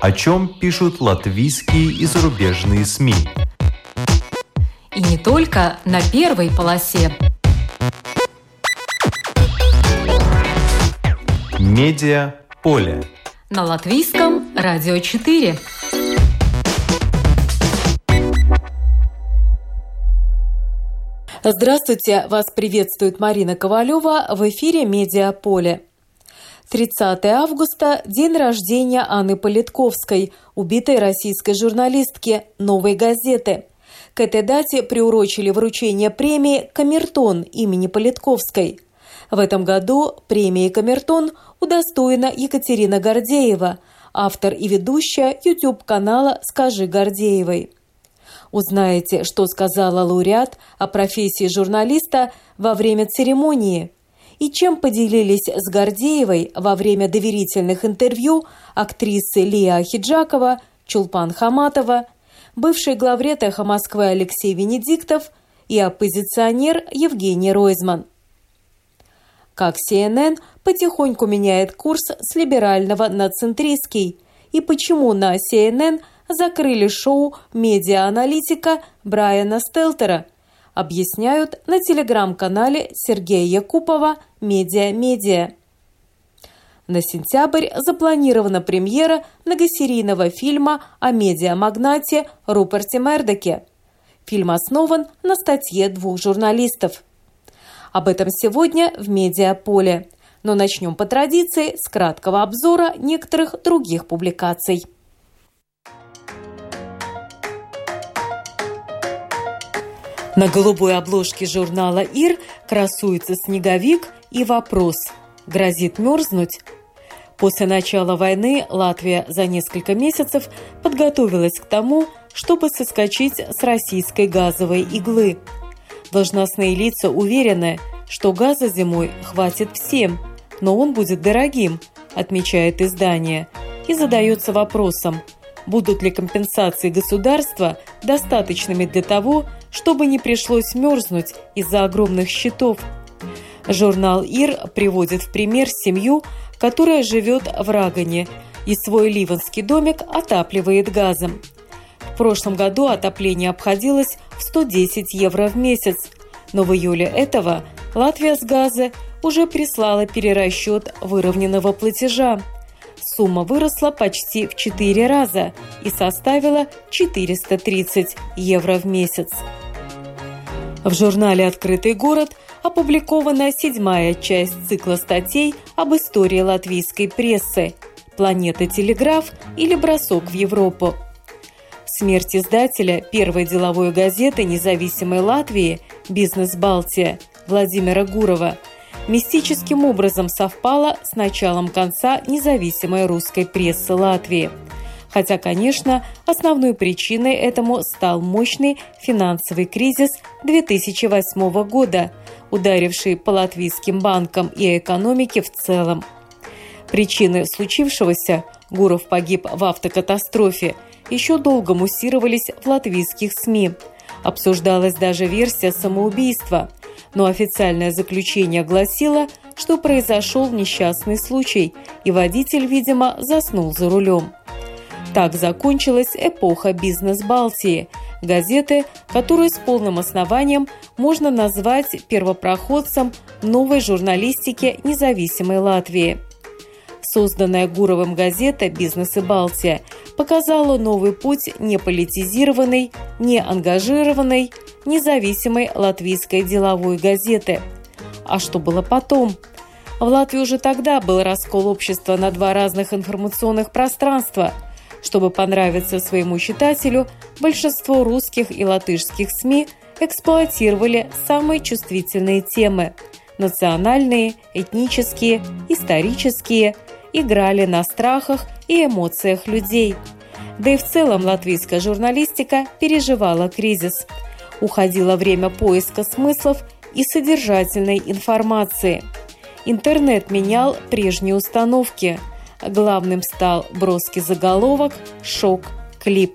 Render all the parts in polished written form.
О чем пишут латвийские и зарубежные СМИ? И не только на первой полосе. Медиаполе. На Латвийском радио 4. Здравствуйте! Вас приветствует Марина Ковалева в эфире «Медиаполе». 30 августа – день рождения Анны Политковской, убитой российской журналистки «Новой газеты». К этой дате приурочили вручение премии «Камертон» имени Политковской. В этом году премией «Камертон» удостоена Екатерина Гордеева, автор и ведущая YouTube-канала «Скажи Гордеевой». Узнаете, что сказала лауреат о профессии журналиста во время церемонии и чем поделились с Гордеевой во время доверительных интервью актрисы Лия Ахиджакова, Чулпан Хаматова, бывший главред «Эхо Москвы» Алексей Венедиктов и оппозиционер Евгений Ройзман. Как CNN потихоньку меняет курс с либерального на центристский и почему на CNN закрыли шоу медиа-аналитика Брайана Стелтера, объясняют на телеграм-канале Сергея Якупова «Медиа-медиа». На сентябрь запланирована премьера многосерийного фильма о медиамагнате Руперте Мердоке. Фильм основан на статье 2 журналистов. Об этом сегодня в «Медиаполе». Но начнем по традиции с краткого обзора некоторых других публикаций. На голубой обложке журнала «Ир» красуется снеговик и вопрос: грозит мерзнуть? После начала войны Латвия за несколько месяцев подготовилась к тому, чтобы соскочить с российской газовой иглы. Должностные лица уверены, что газа зимой хватит всем, но он будет дорогим, отмечает издание, и задается вопросом, будут ли компенсации государства достаточными для того, чтобы не пришлось мерзнуть из-за огромных счетов. Журнал «Ир» приводит в пример семью, которая живет в Рагане и свой ливанский домик отапливает газом. В прошлом году отопление обходилось в 110 евро в месяц, но в июле этого Латвия с газа уже прислала перерасчет выровненного платежа. Сумма выросла почти в 4 раза и составила 430 евро в месяц. В журнале «Открытый город» опубликована 7-я часть цикла статей об истории латвийской прессы «Планета Телеграф» или «Бросок в Европу». Смерть издателя первой деловой газеты независимой Латвии «Бизнес Балтия» Владимира Гурова мистическим образом совпала с началом конца независимой русской прессы Латвии. Хотя, конечно, основной причиной этому стал мощный финансовый кризис 2008 года, ударивший по латвийским банкам и экономике в целом. Причины случившегося – Гуров погиб в автокатастрофе – еще долго муссировались в латвийских СМИ. Обсуждалась даже версия самоубийства, но официальное заключение гласило, что произошел несчастный случай, и водитель, видимо, заснул за рулем. Так закончилась эпоха «Бизнес Балтии», газеты, которую с полным основанием можно назвать первопроходцем новой журналистики независимой Латвии. Созданная Гуровым газета «Бизнес и Балтия» показала новый путь неполитизированной, неангажированной, независимой латвийской деловой газеты. А что было потом? В Латвии уже тогда был раскол общества на два разных информационных пространства. Чтобы понравиться своему читателю, большинство русских и латышских СМИ эксплуатировали самые чувствительные темы – национальные, этнические, исторические, играли на страхах и эмоциях людей. Да и в целом латвийская журналистика переживала кризис. Уходило время поиска смыслов и содержательной информации. Интернет менял прежние установки. Главным стал броский заголовок, шок, клип.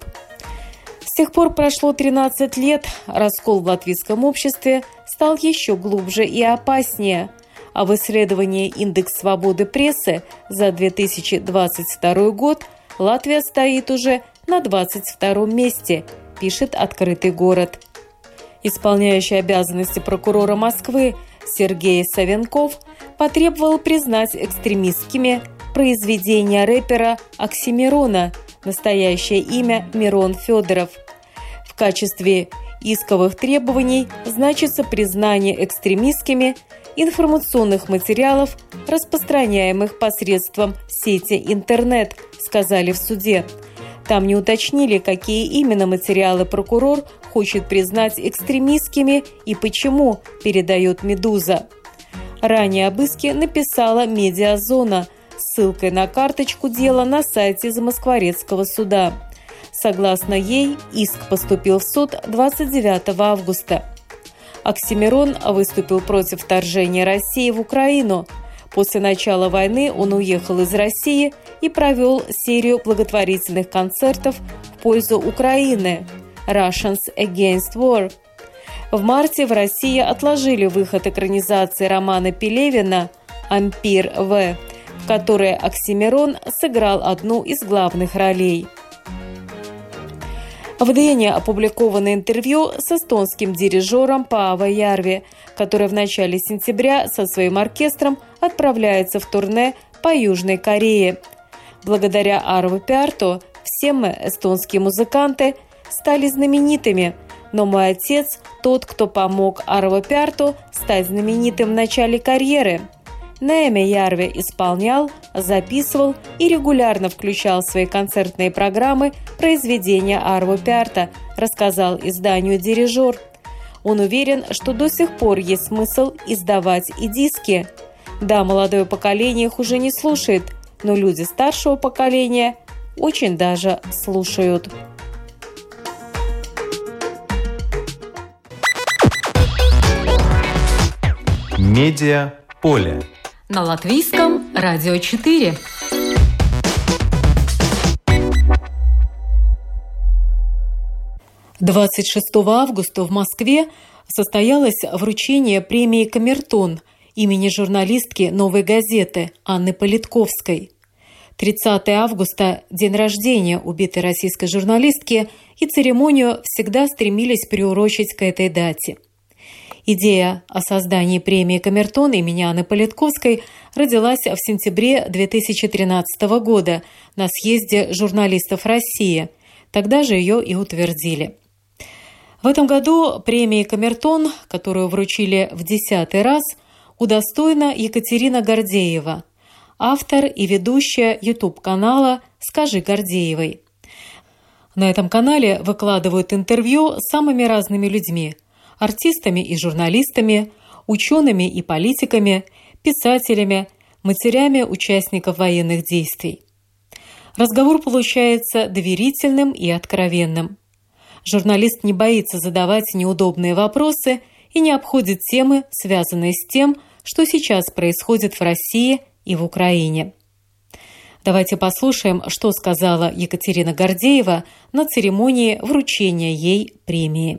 С тех пор прошло 13 лет, раскол в латвийском обществе стал еще глубже и опаснее. А в исследовании «Индекс свободы прессы» за 2022 год Латвия стоит уже на 22-м месте, пишет «Открытый город». Исполняющий обязанности прокурора Москвы Сергей Савенков потребовал признать экстремистскими произведения рэпера Оксимирона, настоящее имя Мирон Федоров. В качестве исковых требований значится признание экстремистскими информационных материалов, распространяемых посредством сети интернет, сказали в суде. Там не уточнили, какие именно материалы прокурор хочет признать экстремистскими и почему, передает «Медуза». Ранее об иске написала «Медиазона» с ссылкой на карточку дела на сайте Замоскворецкого суда. Согласно ей, иск поступил в суд 29 августа. Оксимирон выступил против вторжения России в Украину. После начала войны он уехал из России и провел серию благотворительных концертов в пользу Украины «Russians Against War». В марте в России отложили выход экранизации романа Пелевина «Ампир В», в которой Оксимирон сыграл одну из главных ролей. В Дене опубликовано интервью с эстонским дирижером Пааво Ярви, который в начале сентября со своим оркестром отправляется в турне по Южной Корее. Благодаря Арво Пярто все мы, эстонские музыканты, стали знаменитыми, но мой отец – тот, кто помог Арво Пярто стать знаменитым в начале карьеры. Нееме Ярви исполнял, записывал и регулярно включал в свои концертные программы произведения Арво Пярто, рассказал изданию дирижер. Он уверен, что до сих пор есть смысл издавать и диски. Да, молодое поколение их уже не слушает, но люди старшего поколения очень даже слушают. Медиаполе. На Латвийском радио 4. – 26 августа в Москве состоялось вручение премии «Камертон» имени журналистки «Новой газеты» Анны Политковской. 30 августа – день рождения убитой российской журналистки, и церемонию всегда стремились приурочить к этой дате. Идея о создании премии «Камертон» имени Анны Политковской родилась в сентябре 2013 года на съезде журналистов России. Тогда же ее и утвердили. В этом году премии «Камертон», которую вручили в 10-й раз, удостоена Екатерина Гордеева, автор и ведущая YouTube-канала «Скажи Гордеевой». На этом канале выкладывают интервью с самыми разными людьми – артистами и журналистами, учеными и политиками, писателями, матерями участников военных действий. Разговор получается доверительным и откровенным. Журналист не боится задавать неудобные вопросы и не обходит темы, связанные с тем, что сейчас происходит в России и в Украине. Давайте послушаем, что сказала Екатерина Гордеева на церемонии вручения ей премии.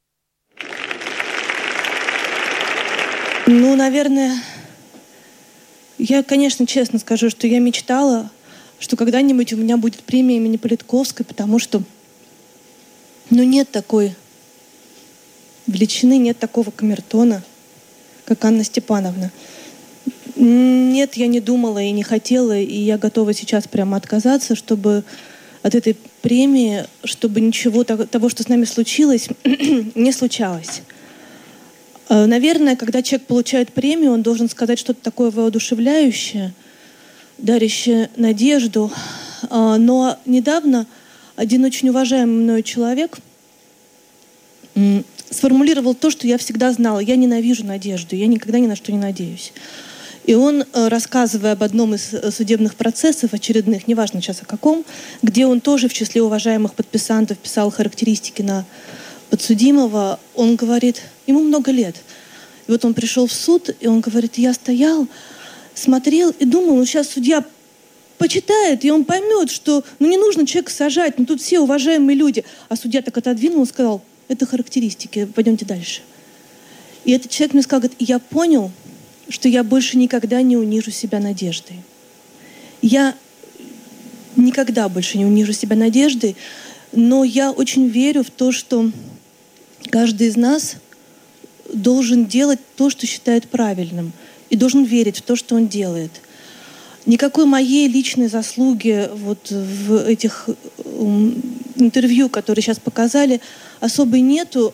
Наверное, я, конечно, честно скажу, что я мечтала, что когда-нибудь у меня будет премия имени Политковской, потому что, нет такой величины, нет такого камертона, как Анна Степановна. Нет, я не думала и не хотела, и я готова сейчас прямо отказаться, чтобы от этой премии, чтобы ничего того, что с нами случилось, не случалось. Наверное, когда человек получает премию, он должен сказать что-то такое воодушевляющее, дарящее надежду. Но недавно один очень уважаемый мною человек сформулировал то, что я всегда знала. Я ненавижу надежду, я никогда ни на что не надеюсь. И он, рассказывая об одном из судебных процессов, очередных, неважно сейчас о каком, где он тоже в числе уважаемых подписантов писал характеристики на подсудимого, он говорит, ему много лет. И вот он пришел в суд, и он говорит, я стоял, смотрел и думал, сейчас судья почитает, и он поймет, что не нужно человека сажать, тут все уважаемые люди. А судья так отодвинул и сказал, это характеристики, пойдемте дальше. И этот человек мне сказал, говорит, я понял, что я больше никогда не унижу себя надеждой. Я никогда больше не унижу себя надеждой, но я очень верю в то, что каждый из нас должен делать то, что считает правильным, и должен верить в то, что он делает. Никакой моей личной заслуги вот в этих интервью, которые сейчас показали, особой нету.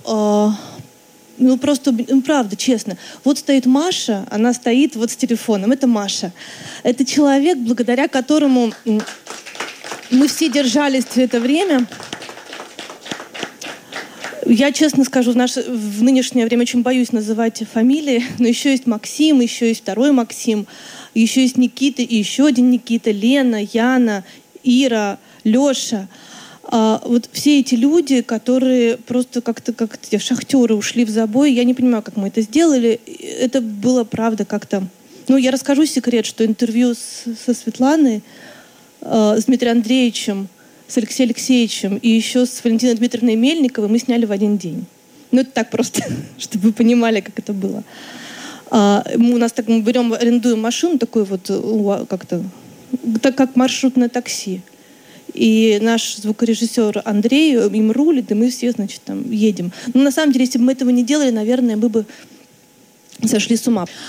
Правда, честно. Вот стоит Маша, она стоит вот с телефоном. Это Маша. Это человек, благодаря которому мы все держались все это время. Я, честно скажу, в нынешнее время очень боюсь называть фамилии, но еще есть Максим, еще есть второй Максим, еще есть Никита, и еще один Никита, Лена, Яна, Ира, Леша. Вот все эти люди, которые просто как те шахтеры ушли в забой, я не понимаю, как мы это сделали. Это было, правда, как-то... Я расскажу секрет, что интервью со Светланой, с Дмитрием Андреевичем, с Алексеем Алексеевичем и еще с Валентиной Дмитриевной Мельниковой мы сняли в один день. Это так просто, чтобы вы понимали, как это было. Мы берем, арендуем машину, такую вот как-то, так как маршрутное такси. И наш звукорежиссер Андрей им рулит, и мы все, там едем. Но на самом деле, если бы мы этого не делали, наверное, мы бы сошли с ума.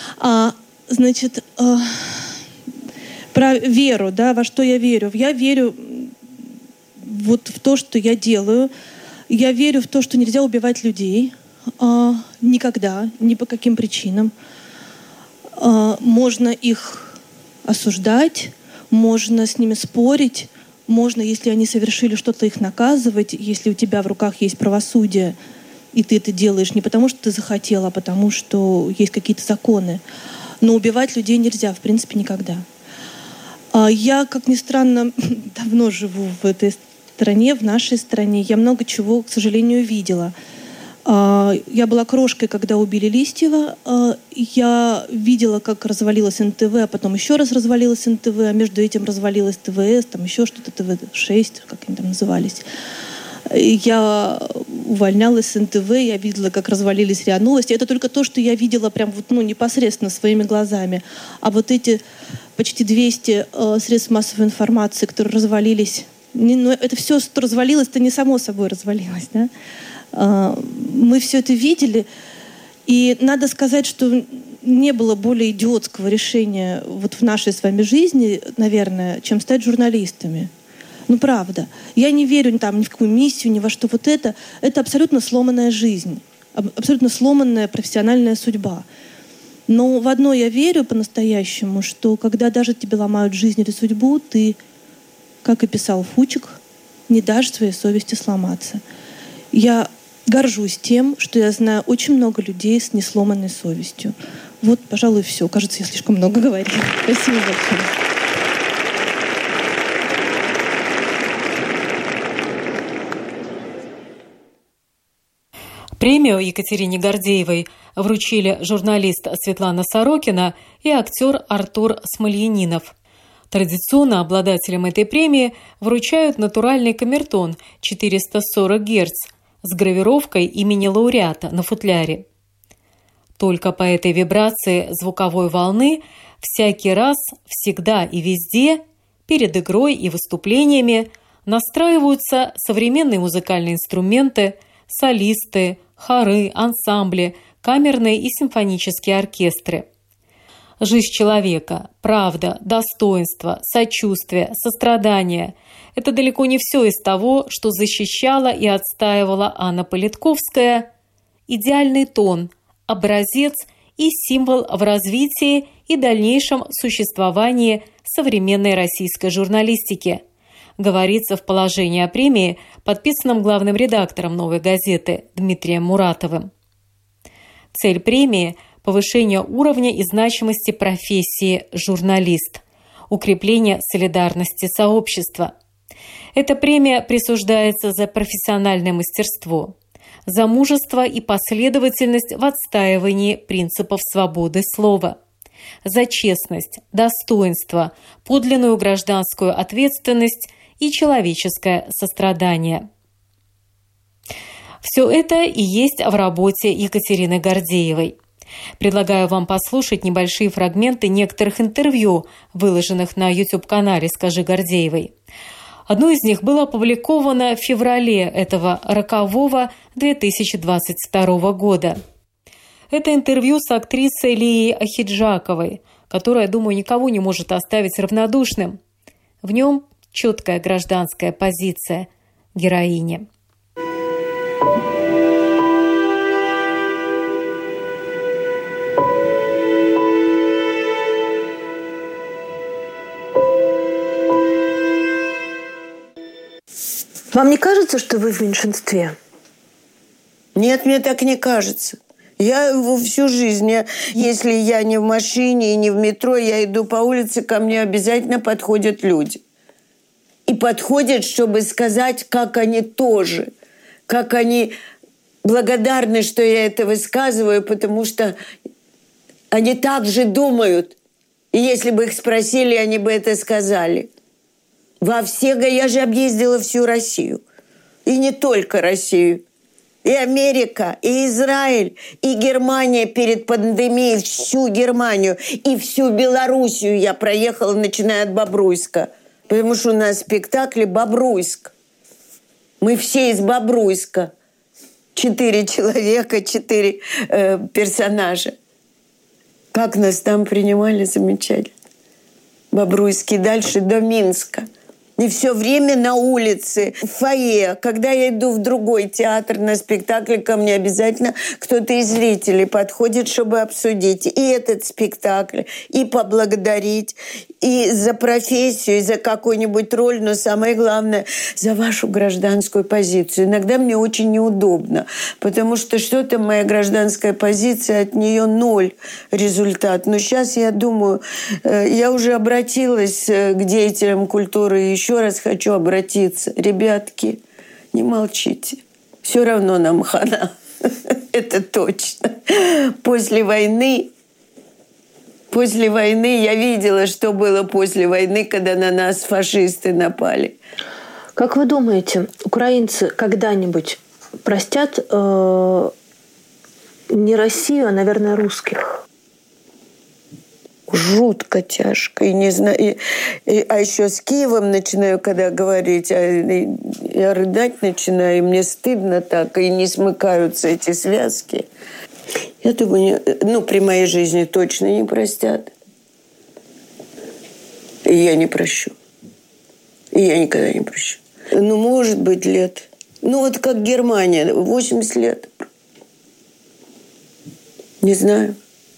Про веру, да, во что я верю. Я верю вот в то, что я делаю. Я верю в то, что нельзя убивать людей. Никогда, ни по каким причинам. Можно их осуждать, можно с ними спорить, можно, если они совершили что-то, их наказывать, если у тебя в руках есть правосудие, и ты это делаешь не потому, что ты захотел, а потому, что есть какие-то законы. Но убивать людей нельзя, в принципе, никогда. Я, как ни странно, давно живу в этой стране, в нашей стране. Я много чего, к сожалению, видела. Я была крошкой, когда убили Листьева. Я видела, как развалилось НТВ, а потом еще раз развалилось НТВ, а между этим развалилось ТВС, там еще что-то, ТВ-6, как они там назывались. Я увольнялась с НТВ, я видела, как развалились РИА Новости. Это только то, что я видела прям непосредственно своими глазами. А вот эти почти 200 средств массовой информации, которые развалились, это все, что развалилось, это не само собой развалилось, да? Мы все это видели, и надо сказать, что не было более идиотского решения вот в нашей с вами жизни, наверное, чем стать журналистами. Правда. Я не верю ни в какую миссию, ни во что. Вот это абсолютно сломанная жизнь, абсолютно сломанная профессиональная судьба. Но в одно я верю по-настоящему, что когда даже тебе ломают жизнь или судьбу, ты, как и писал Фучик, не дашь своей совести сломаться. Я горжусь тем, что я знаю очень много людей с несломанной совестью. Вот, пожалуй, все. Кажется, я слишком много говорила. Спасибо большое. Премию Екатерине Гордеевой вручили журналист Светлана Сорокина и актер Артур Смольянинов. Традиционно обладателям этой премии вручают натуральный камертон 440 Гц с гравировкой имени лауреата на футляре. Только по этой вибрации звуковой волны всякий раз, всегда и везде, перед игрой и выступлениями настраиваются современные музыкальные инструменты, солисты, хоры, ансамбли, камерные и симфонические оркестры. Жизнь человека, правда, достоинство, сочувствие, сострадание – это далеко не все из того, что защищала и отстаивала Анна Политковская. Идеальный тон, образец и символ в развитии и дальнейшем существовании современной российской журналистики, говорится в положении о премии, подписанном главным редактором «Новой газеты» Дмитрием Муратовым. Цель премии – повышение уровня и значимости профессии журналист, укрепление солидарности сообщества. Эта премия присуждается за профессиональное мастерство, за мужество и последовательность в отстаивании принципов свободы слова, за честность, достоинство, подлинную гражданскую ответственность и человеческое сострадание. Все это и есть в работе Екатерины Гордеевой. Предлагаю вам послушать небольшие фрагменты некоторых интервью, выложенных на YouTube-канале «Скажи Гордеевой». Одно из них было опубликовано в феврале этого рокового 2022 года. Это интервью с актрисой Лией Ахиджаковой, которая, думаю, никого не может оставить равнодушным. В нем четкая гражданская позиция героини. Вам не кажется, что вы в меньшинстве? Нет, мне так не кажется. Я всю жизнь, если я не в машине и не в метро, я иду по улице, ко мне обязательно подходят люди. И подходят, чтобы сказать, как они тоже, как они благодарны, что я это высказываю, потому что они так же думают. И если бы их спросили, они бы это сказали. Я же объездила всю Россию. И не только Россию. И Америка, и Израиль, и Германия перед пандемией, всю Германию, и всю Белоруссию я проехала, начиная от Бобруйска. Потому что у нас в спектакле Бобруйск. Мы все из Бобруйска. 4 человека, 4 персонажа. Как нас там принимали замечательно. Бобруйский дальше до Минска. И все время на улице, в фойе. Когда я иду в другой театр на спектакль, ко мне обязательно кто-то из зрителей подходит, чтобы обсудить и этот спектакль, и поблагодарить, и за профессию, и за какую-нибудь роль, но самое главное, за вашу гражданскую позицию. Иногда мне очень неудобно, потому что что-то моя гражданская позиция, от нее 0 результат. Но сейчас я думаю, я уже обратилась к деятелям культуры, и еще раз хочу обратиться. Ребятки, не молчите. Все равно нам хана. Это точно. После войны я видела, что было после войны, когда на нас фашисты напали. Как вы думаете, украинцы когда-нибудь простят не Россию, а, наверное, русских? Жутко тяжко. И не знаю, а еще с Киевом начинаю, когда говорить, я рыдать начинаю, и мне стыдно так, и не смыкаются эти связки. Я думаю, при моей жизни точно не простят. И я не прощу. И я никогда не прощу. Может быть, лет. Вот как Германия, 80 лет. Не знаю.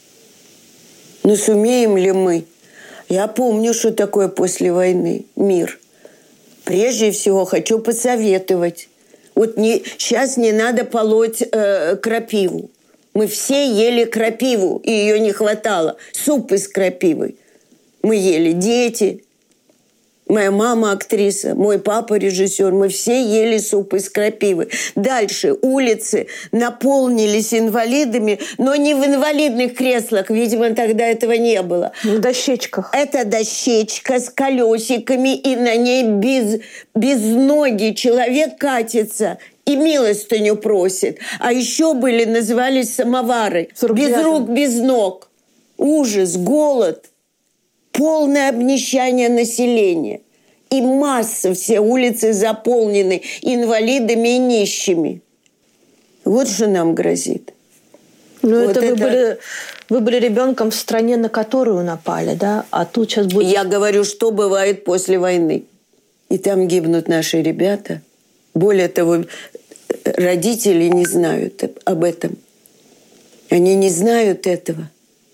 Но сумеем ли мы? Я помню, что такое после войны мир. Прежде всего хочу посоветовать. Сейчас не надо полоть крапиву. Мы все ели крапиву, и ее не хватало. Суп из крапивы. Мы ели, дети. Моя мама актриса, мой папа режиссер. Мы все ели суп из крапивы. Дальше улицы наполнились инвалидами, но не в инвалидных креслах. Видимо, тогда этого не было. В дощечках. Это дощечка с колесиками, и на ней без ноги человек катится и милостыню просит. А еще назывались самовары. Без рук, без ног. Ужас, голод. Полное обнищание населения. И масса, все улицы заполнены инвалидами и нищими. Вот что нам грозит. Вы были ребенком в стране, на которую напали, да? А тут сейчас будет... Я говорю, что бывает после войны. И там гибнут наши ребята. Более того, родители не знают об этом. Они не знают этого.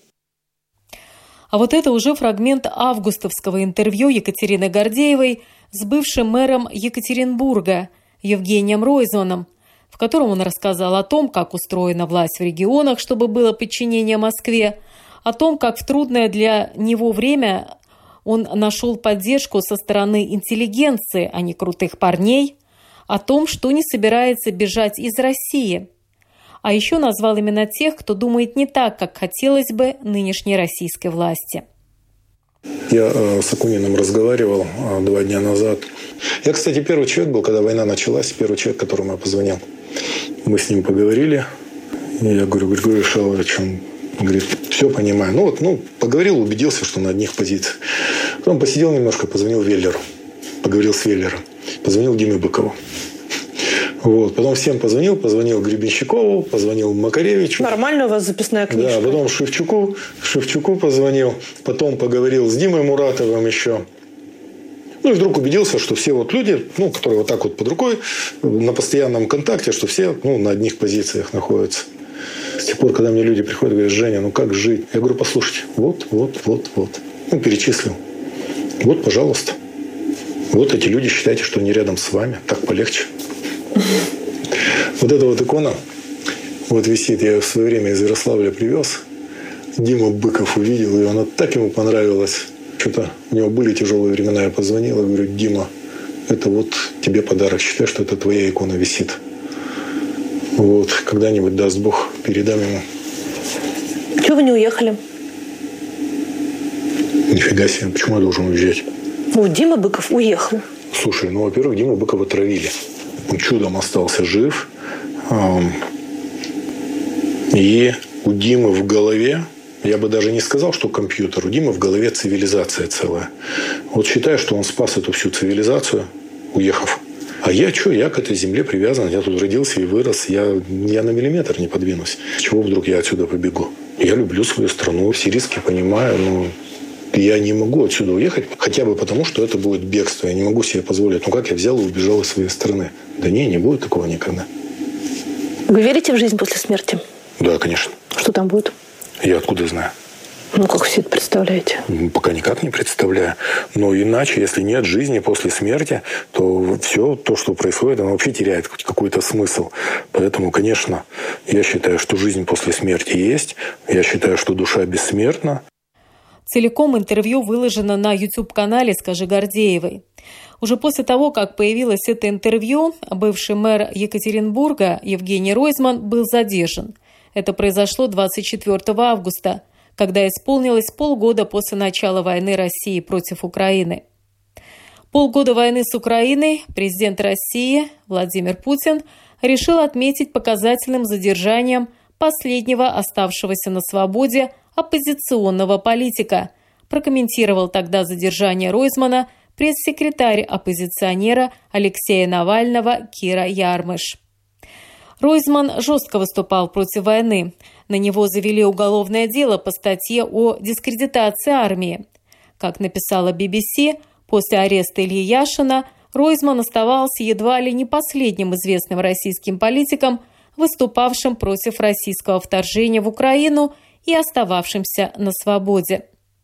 А вот это уже фрагмент августовского интервью Екатерины Гордеевой с бывшим мэром Екатеринбурга Евгением Ройзоном, в котором он рассказал о том, как устроена власть в регионах, чтобы было подчинение Москве, о том, как в трудное для него время он нашел поддержку со стороны интеллигенции, а не крутых парней, о том, что не собирается бежать из России. А еще назвал именно тех, кто думает не так, как хотелось бы нынешней российской власти. Я с Акуниным разговаривал 2 дня назад. Я, кстати, первый человек был, когда война началась, первый человек, которому я позвонил. Мы с ним поговорили. И я говорю, Григорий Шалович, Говорит, все понимаю. Поговорил, убедился, что на одних позициях. Потом посидел немножко, позвонил Веллеру. Поговорил с Веллером. Позвонил Диме Быкову. Потом всем позвонил Гребенщикову, позвонил Макаревичу. Нормально у вас записная книжка. Да, потом Шевчуку позвонил, потом поговорил с Димой Муратовым еще. И вдруг убедился, что все люди, которые вот так вот под рукой, на постоянном контакте, что все на одних позициях находятся. С тех пор, когда мне люди приходят и говорят, Женя, как жить? Я говорю, послушайте, вот. Перечислил. Вот, пожалуйста. Вот эти люди, считайте, что они рядом с вами. Так полегче. Вот эта вот икона висит. Я ее в свое время из Ярославля привез. Дима Быков увидел, и она так ему понравилась. Что-то у него были тяжелые времена. Я позвонил и говорю, Дима, это тебе подарок. Считай, что это твоя икона висит. Когда-нибудь, даст Бог, передам ему. Чего вы не уехали? Нифига себе. Почему я должен уезжать? Дима Быков уехал. Слушай, во-первых, Диму Быкова травили. Он чудом остался жив. И у Димы в голове, я бы даже не сказал, что компьютер, у Димы в голове цивилизация целая. Считаю, что он спас эту всю цивилизацию, уехав. А я к этой земле привязан. Я тут родился и вырос. Я на миллиметр не подвинусь. С чего вдруг я отсюда побегу? Я люблю свою страну, все риски понимаю, но я не могу отсюда уехать, хотя бы потому, что это будет бегство. Я не могу себе позволить. Как я взял и убежал из своей страны? Да не будет такого никогда. Вы верите в жизнь после смерти? Да, конечно. Что там будет? Я откуда знаю? Как все это представляете? Пока никак не представляю. Но иначе, если нет жизни после смерти, то все то, что происходит, оно вообще теряет какой-то смысл. Поэтому, конечно, я считаю, что жизнь после смерти есть. Я считаю, что душа бессмертна. Целиком интервью выложено на YouTube-канале «Скажи Гордеевой». Уже после того, как появилось это интервью, бывший мэр Екатеринбурга Евгений Ройзман был задержан. Это произошло 24 августа, когда исполнилось полгода после начала войны России против Украины. Полгода войны с Украиной президент России Владимир Путин решил отметить показательным задержанием последнего оставшегося на свободе оппозиционного политика. Прокомментировал тогда задержание Ройзмана пресс-секретарь оппозиционера Алексея Навального Кира Ярмыш. Ройзман жестко выступал против войны. На него завели уголовное дело по статье о дискредитации армии. Как написала BBC, после ареста Ильи Яшина Ройзман оставался едва ли не последним известным российским политиком, выступавшим против российского вторжения в Украину и остававшимся на свободе.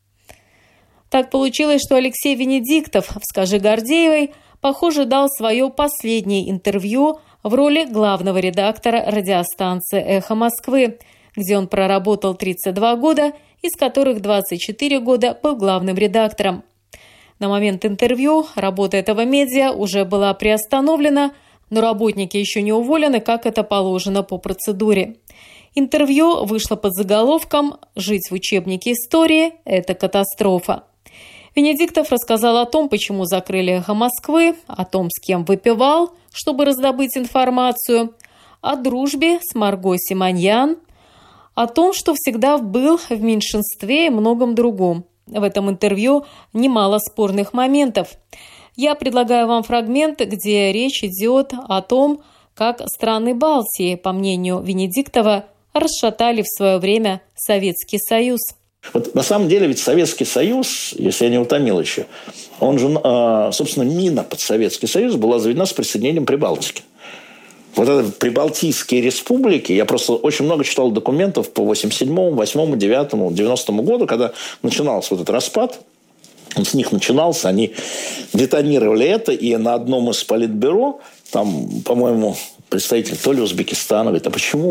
Так получилось, что Алексей Венедиктов в «Скажи Гордеевой», похоже, дал свое последнее интервью в роли главного редактора радиостанции «Эхо Москвы», где он проработал 32 года, из которых 24 года был главным редактором. На момент интервью работа этого медиа уже была приостановлена, но работники еще не уволены, как это положено по процедуре. Интервью вышло под заголовком «Жить в учебнике истории – это катастрофа». Венедиктов рассказал о том, почему закрыли «Эхо Москвы», о том, с кем выпивал, чтобы раздобыть информацию, о дружбе с Марго Симоньян, о том, что всегда был в меньшинстве и многом другом. В этом интервью немало спорных моментов. Я предлагаю вам фрагмент, где речь идет о том, как страны Балтии, по мнению Венедиктова, расшатали в свое время Советский Союз. На самом деле ведь Советский Союз, если я не утомил еще, он же, собственно, мина под Советский Союз была заведена с присоединением Прибалтики. Вот это прибалтийские республики, я просто очень много читал документов по 87-му, 8-му, 9-му, 90-му году, когда начинался этот распад. Он с них начинался, они детонировали это, и на одном из политбюро, там, по-моему, представитель то ли Узбекистана говорит, а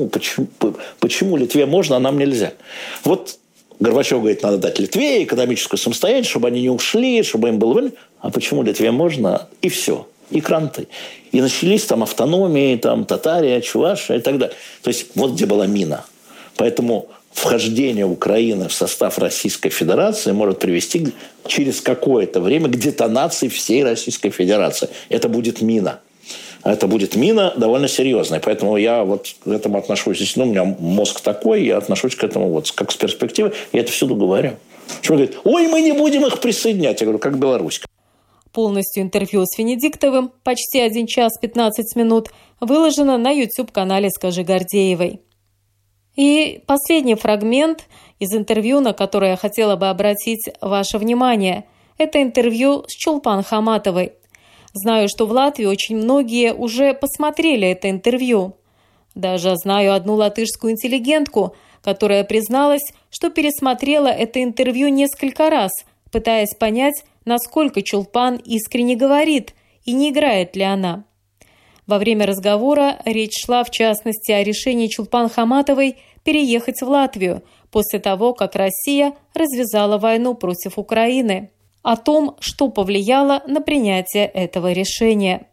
почему Литве можно, а нам нельзя? Вот Горбачев говорит, надо дать Литве экономическую самостоятельность, чтобы они не ушли, чтобы им было выгодно. А почему Литве можно? И все. И кранты. И начались там автономии, там Татария, Чувашия и так далее. То есть вот где была мина. Поэтому вхождение Украины в состав Российской Федерации может привести через какое-то время к детонации всей Российской Федерации. Это будет мина. это будет мина довольно серьезная. Поэтому я вот к этому отношусь. Ну, у меня мозг такой, я отношусь к этому вот как с перспективы. Я это всюду говорю. Что говорит, ой, мы не будем их присоединять. Я говорю, как Беларусь. Полностью интервью с Венедиктовым, почти 1 час 15 минут, выложено на YouTube-канале «Скажи Гордеевой». И последний фрагмент из интервью, на которое я хотела бы обратить ваше внимание. Это интервью с Чулпан Хаматовой. Знаю, что в Латвии очень многие уже посмотрели это интервью. Даже знаю одну латышскую интеллигентку, которая призналась, что пересмотрела это интервью несколько раз, пытаясь понять, насколько Чулпан искренне говорит и не играет ли она. Во время разговора речь шла, в частности, о решении Чулпан Хаматовой переехать в Латвию после того, как Россия развязала войну против Украины, о том, что повлияло на принятие этого решения.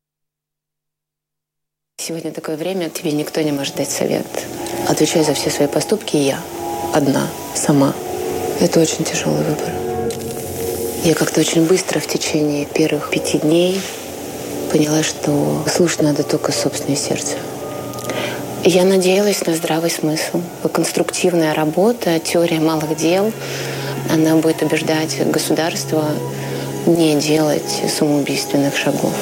Сегодня такое время, тебе никто не может дать совет. Отвечаю за все свои поступки я, одна, сама. Это очень тяжелый выбор. Я как-то очень быстро в течение первых 5 дней поняла, что слушать надо только собственное сердце. Я надеялась на здравый смысл. Конструктивная работа, теория малых дел, она будет убеждать государство не делать самоубийственных шагов.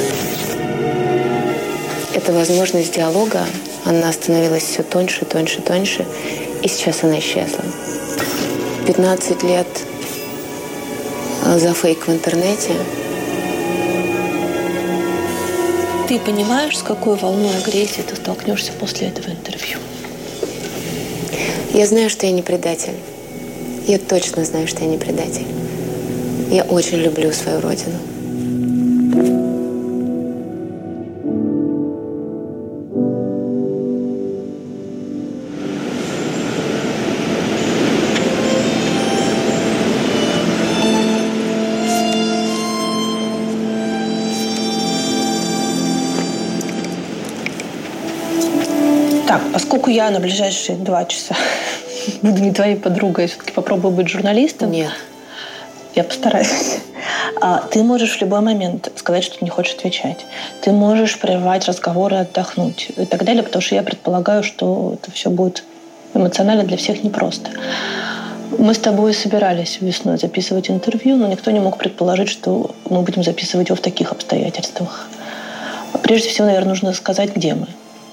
Эта возможность диалога, она становилась все тоньше, тоньше, тоньше, и сейчас она исчезла. 15 лет за фейк в интернете. Ты понимаешь, с какой волной агрессии ты столкнешься после этого интервью? Я знаю, что я не предатель. Я точно знаю, что я не предатель. Я очень люблю свою родину. Так, поскольку я на ближайшие 2 часа буду не твоей подругой, я все-таки попробую быть журналистом. Нет. Я постараюсь. Ты можешь в любой момент сказать, что ты не хочешь отвечать. Ты можешь прервать разговоры, отдохнуть и так далее, потому что я предполагаю, что это все будет эмоционально для всех непросто. Мы с тобой собирались весной записывать интервью, но никто не мог предположить, что мы будем записывать его в таких обстоятельствах. Прежде всего, наверное, нужно сказать, где мы.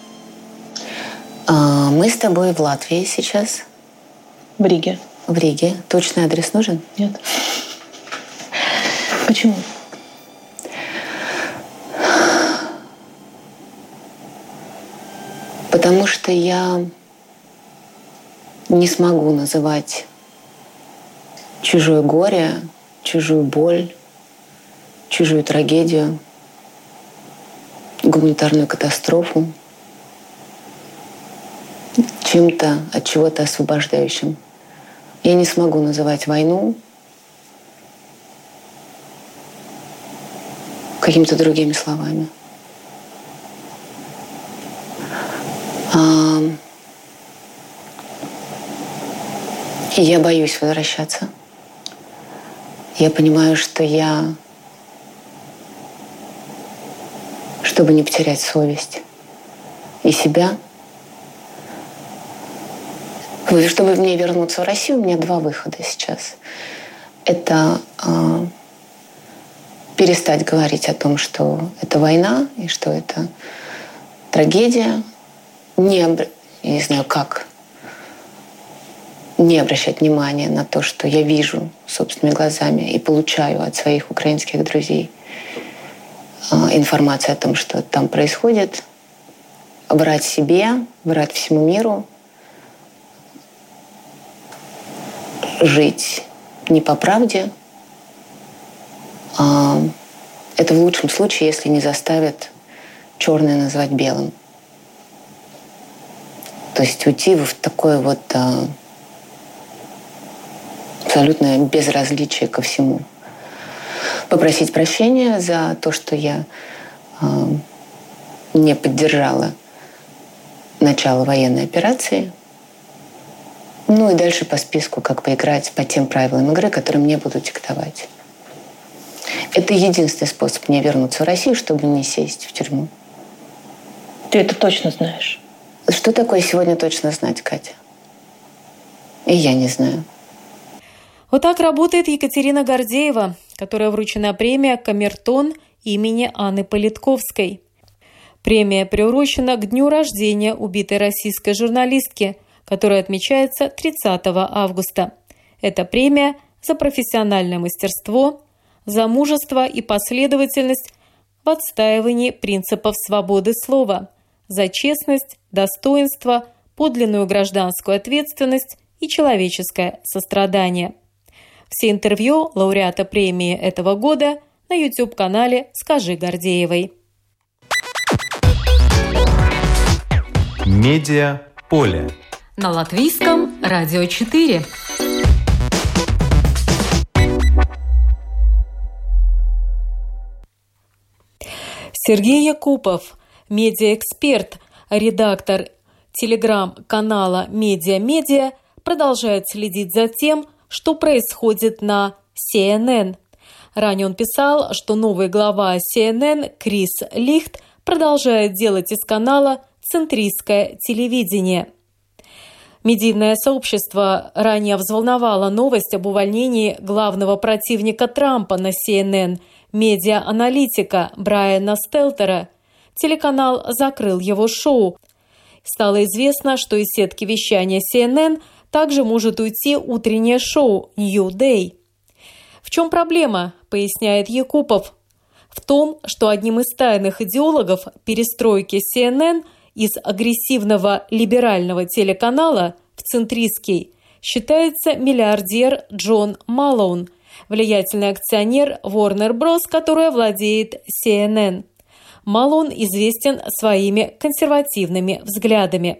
Мы с тобой в Латвии сейчас. В Риге. В Риге. Точный адрес нужен? Нет. Почему? Потому что я не смогу называть чужое горе, чужую боль, чужую трагедию, гуманитарную катастрофу чем-то от чего-то освобождающим. Я не смогу называть войну какими-то другими словами. И я боюсь возвращаться. Я понимаю, что чтобы не потерять совесть и себя, чтобы мне вернуться в Россию, у меня 2 выхода сейчас. Это перестать говорить о том, что это война и что это трагедия. Я не знаю, как не обращать внимания на то, что я вижу собственными глазами и получаю от своих украинских друзей информацию о том, что там происходит. Врать себе, врать всему миру. Жить не по правде. Это в лучшем случае, если не заставят черное назвать белым. То есть уйти в такое вот абсолютное безразличие ко всему. Попросить прощения за то, что я не поддержала начало военной операции. Ну и дальше по списку, как поиграть по тем правилам игры, которые мне будут диктовать. Это единственный способ мне вернуться в Россию, чтобы не сесть в тюрьму. Ты это точно знаешь? Что такое сегодня точно знать, Катя? И я не знаю. Вот так работает Екатерина Гордеева, которая вручена премия «Камертон» имени Анны Политковской. Премия приурочена к дню рождения убитой российской журналистки, которая отмечается 30 августа. Это премия за профессиональное мастерство, за мужество и последовательность в отстаивании принципов свободы слова, за честность, достоинство, подлинную гражданскую ответственность и человеческое сострадание. Все интервью лауреата премии этого года на YouTube-канале «Скажи Гордеевой». Медиаполе. На Латвийском радио 4. Сергей Якупов, медиаэксперт, редактор телеграм-канала «Медиа-Медиа», продолжает следить за тем, что происходит на CNN. Ранее он писал, что новый глава CNN Крис Лихт продолжает делать из канала центристское телевидение. Медийное сообщество ранее взволновало новость об увольнении главного противника Трампа на CNN, медиа-аналитика Брайана Стелтера. Телеканал закрыл его шоу. Стало известно, что из сетки вещания CNN также может уйти утреннее шоу New Day. В чем проблема, поясняет Якупов? В том, что одним из тайных идеологов перестройки CNN из агрессивного либерального телеканала в центристский считается миллиардер Джон Малоун, влиятельный акционер Warner Bros., которая владеет CNN. Малоун известен своими консервативными взглядами.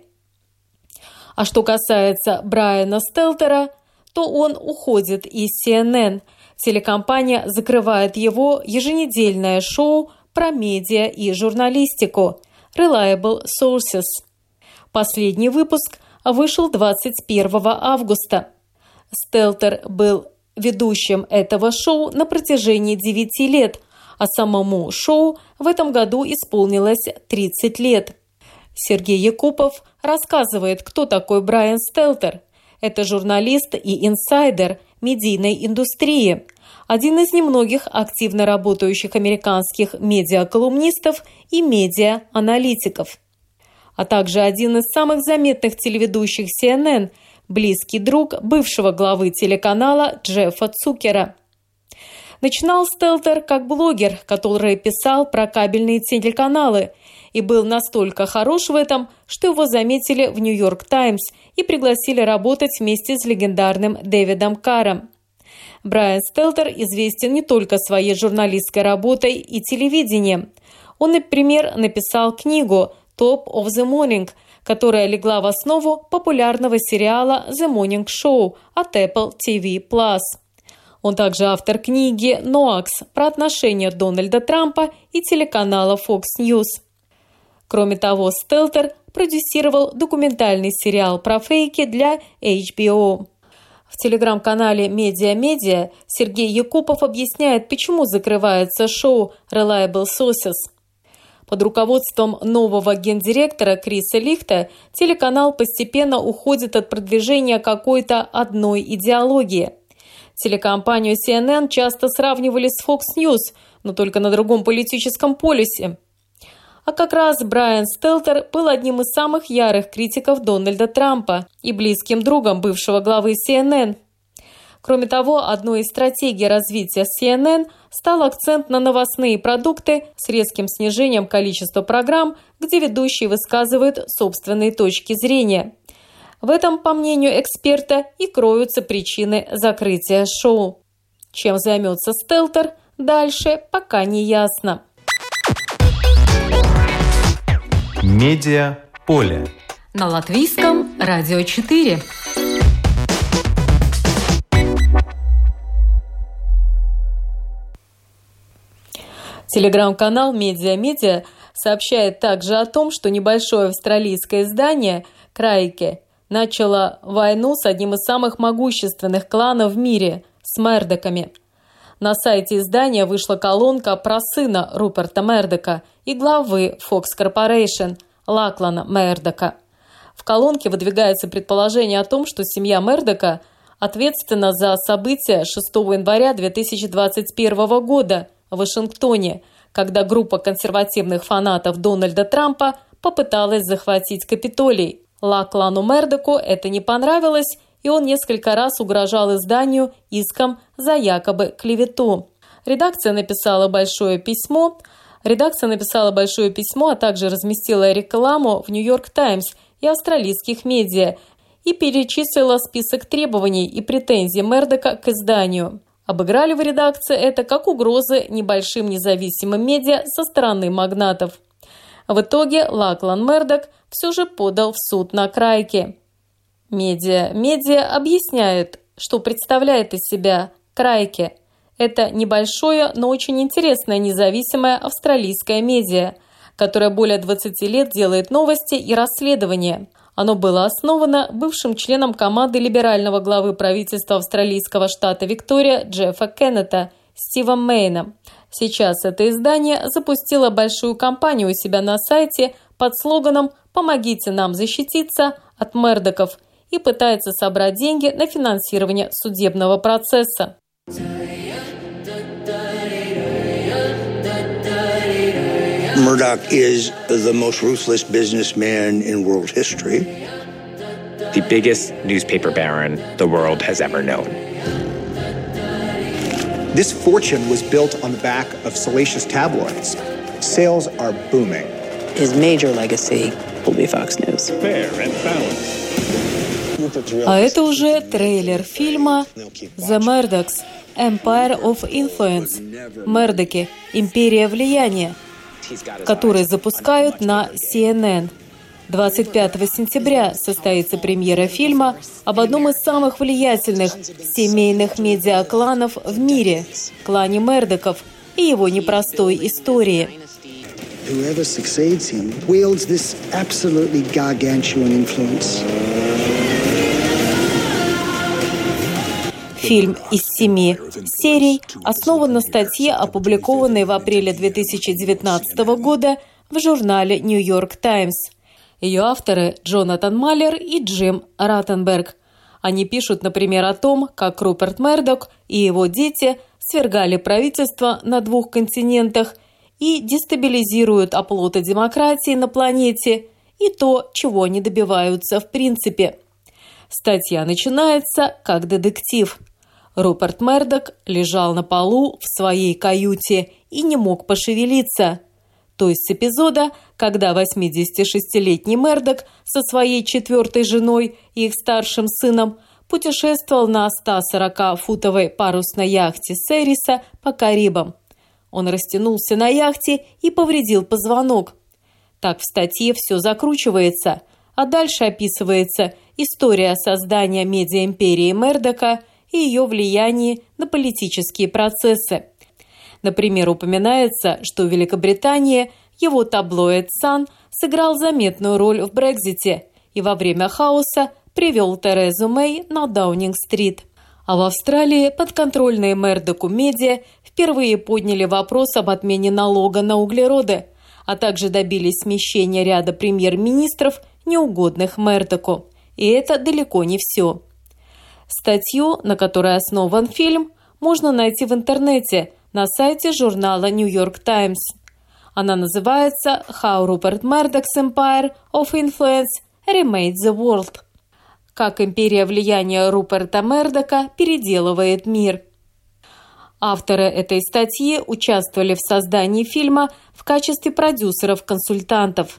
А что касается Брайана Стелтера, то он уходит из CNN. Телекомпания закрывает его еженедельное шоу про медиа и журналистику Reliable Sources. Последний выпуск вышел 21 августа. Стелтер был ведущим этого шоу на протяжении 9 лет, а самому шоу в этом году исполнилось 30 лет. Сергей Якупов рассказывает, кто такой Брайан Стелтер. Это журналист и инсайдер медийной индустрии, один из немногих активно работающих американских медиаколумнистов и медиа-аналитиков, а также один из самых заметных телеведущих CNN, близкий друг бывшего главы телеканала Джеффа Цукера. Начинал Стелтер как блогер, который писал про кабельные телеканалы, и был настолько хорош в этом, что его заметили в «Нью-Йорк Таймс» и пригласили работать вместе с легендарным Дэвидом Карром. Брайан Стелтер известен не только своей журналистской работой и телевидением. Он, например, написал книгу «Top of the Morning», которая легла в основу популярного сериала «The Morning Show» от Apple TV+. Он также автор книги «Ноакс» про отношения Дональда Трампа и телеканала Fox News. Кроме того, Стелтер продюсировал документальный сериал про фейки для HBO. В телеграм-канале «Медиа-Медиа» Сергей Якупов объясняет, почему закрывается шоу «Reliable Sources». Под руководством нового гендиректора Криса Лихта телеканал постепенно уходит от продвижения какой-то одной идеологии. Телекомпанию CNN часто сравнивали с Fox News, но только на другом политическом полюсе. А как раз Брайан Стелтер был одним из самых ярых критиков Дональда Трампа и близким другом бывшего главы CNN. Кроме того, одной из стратегий развития CNN стал акцент на новостные продукты с резким снижением количества программ, где ведущие высказывают собственные точки зрения. В этом, по мнению эксперта, и кроются причины закрытия шоу. Чем займется Стелтер, дальше пока не ясно. Медиаполе. На Латвийском радио 4. Телеграм-канал «Медиа-Медиа» сообщает также о том, что небольшое австралийское издание «Крайке» начало войну с одним из самых могущественных кланов в мире – с Мердоками. На сайте издания вышла колонка про сына Руперта Мердока и главы Fox Corporation Лаклана Мердока. В колонке выдвигается предположение о том, что семья Мердока ответственна за события 6 января 2021 года в Вашингтоне, когда группа консервативных фанатов Дональда Трампа попыталась захватить Капитолий. Лаклану Мердоку это не понравилось, и он несколько раз угрожал изданию иском за якобы клевету. Редакция написала большое письмо, а также разместила рекламу в «Нью-Йорк Таймс» и австралийских медиа и перечислила список требований и претензий Мердока к изданию. Обыграли в редакции это как угрозы небольшим независимым медиа со стороны магнатов. В итоге Лаклан Мердок все же подал в суд на Крайки. Медиа объясняет, что представляет из себя Крайки. Это небольшое, но очень интересное независимое австралийское медиа, которое более 20 лет делает новости и расследования. Оно было основано бывшим членом команды либерального главы правительства австралийского штата Виктория Джеффа Кеннета Стивом Мейном. Сейчас это издание запустило большую кампанию у себя на сайте под слоганом «Помогите нам защититься от Мердоков» и пытается собрать деньги на финансирование судебного процесса. Murdoch is the most ruthless businessman in world history. The biggest newspaper baron the world has ever known. This fortune was built on the back of salacious tabloids. Sales are booming. His major legacy will be Fox News. Fair and balanced. А это уже трейлер фильма «The Murdochs – Empire of Influence» «Мердоки. Империя влияния», который запускают на CNN. 25 сентября состоится премьера фильма об одном из самых влиятельных семейных медиакланов в мире – клане Мердоков и его непростой истории. Фильм из 7 серий основан на статье, опубликованной в апреле 2019 года в журнале «Нью-Йорк Таймс». Ее авторы Джонатан Маллер и Джим Раттенберг. Они пишут, например, о том, как Руперт Мердок и его дети свергали правительство на 2 континентах и дестабилизируют оплоты демократии на планете и то, чего они добиваются в принципе. Статья начинается как детектив. Руперт Мердок лежал на полу в своей каюте и не мог пошевелиться. То есть с эпизода, когда 86-летний Мердок со своей 4-й женой и их старшим сыном путешествовал на 140-футовой парусной яхте Сэриса по Карибам. Он растянулся на яхте и повредил позвонок. Так в статье все закручивается, а дальше описывается история создания медиаимперии Мердока и ее влияние на политические процессы. Например, упоминается, что в Великобритании его таблоид «Сан» сыграл заметную роль в Брексите и во время хаоса привел Терезу Мэй на Даунинг-стрит. А в Австралии подконтрольные Мердоку медиа впервые подняли вопрос об отмене налога на углероды, а также добились смещения ряда премьер-министров, неугодных Мердоку. И это далеко не все. Статью, на которой основан фильм, можно найти в интернете на сайте журнала «Нью-Йорк Таймс». Она называется «How Rupert Murdoch's Empire of Influence Remade the World». Как империя влияния Руперта Мердока переделывает мир. Авторы этой статьи участвовали в создании фильма в качестве продюсеров-консультантов.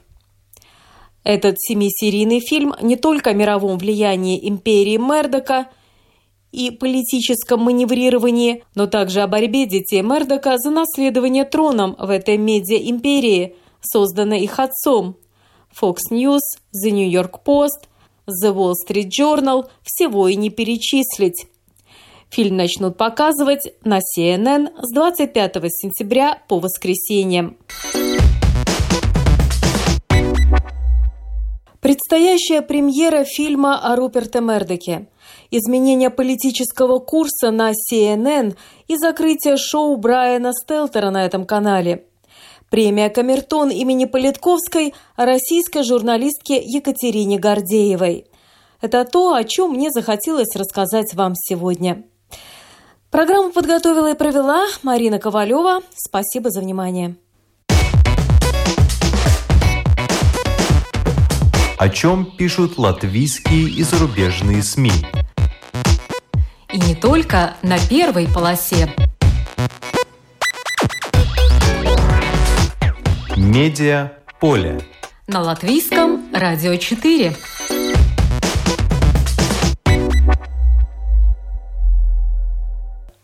Этот 7-серийный фильм не только о мировом влиянии империи Мердока и политическом маневрировании, но также о борьбе детей Мердока за наследование троном в этой медиа-империи, созданной их отцом. Fox News, The New York Post, The Wall Street Journal – всего и не перечислить. Фильм начнут показывать на CNN с 25 сентября по воскресеньям. Предстоящая премьера фильма о Руперте Мердоке. изменение политического курса на CNN и закрытие шоу Брайана Стелтера на этом канале. Премия «Камертон» имени Политковской российской журналистке Екатерине Гордеевой. Это то, о чем мне захотелось рассказать вам сегодня. Программу подготовила и провела Марина Ковалева. Спасибо за внимание. О чем пишут латвийские и зарубежные СМИ. И не только на первой полосе. Медиа поле. На Латвийском радио 4.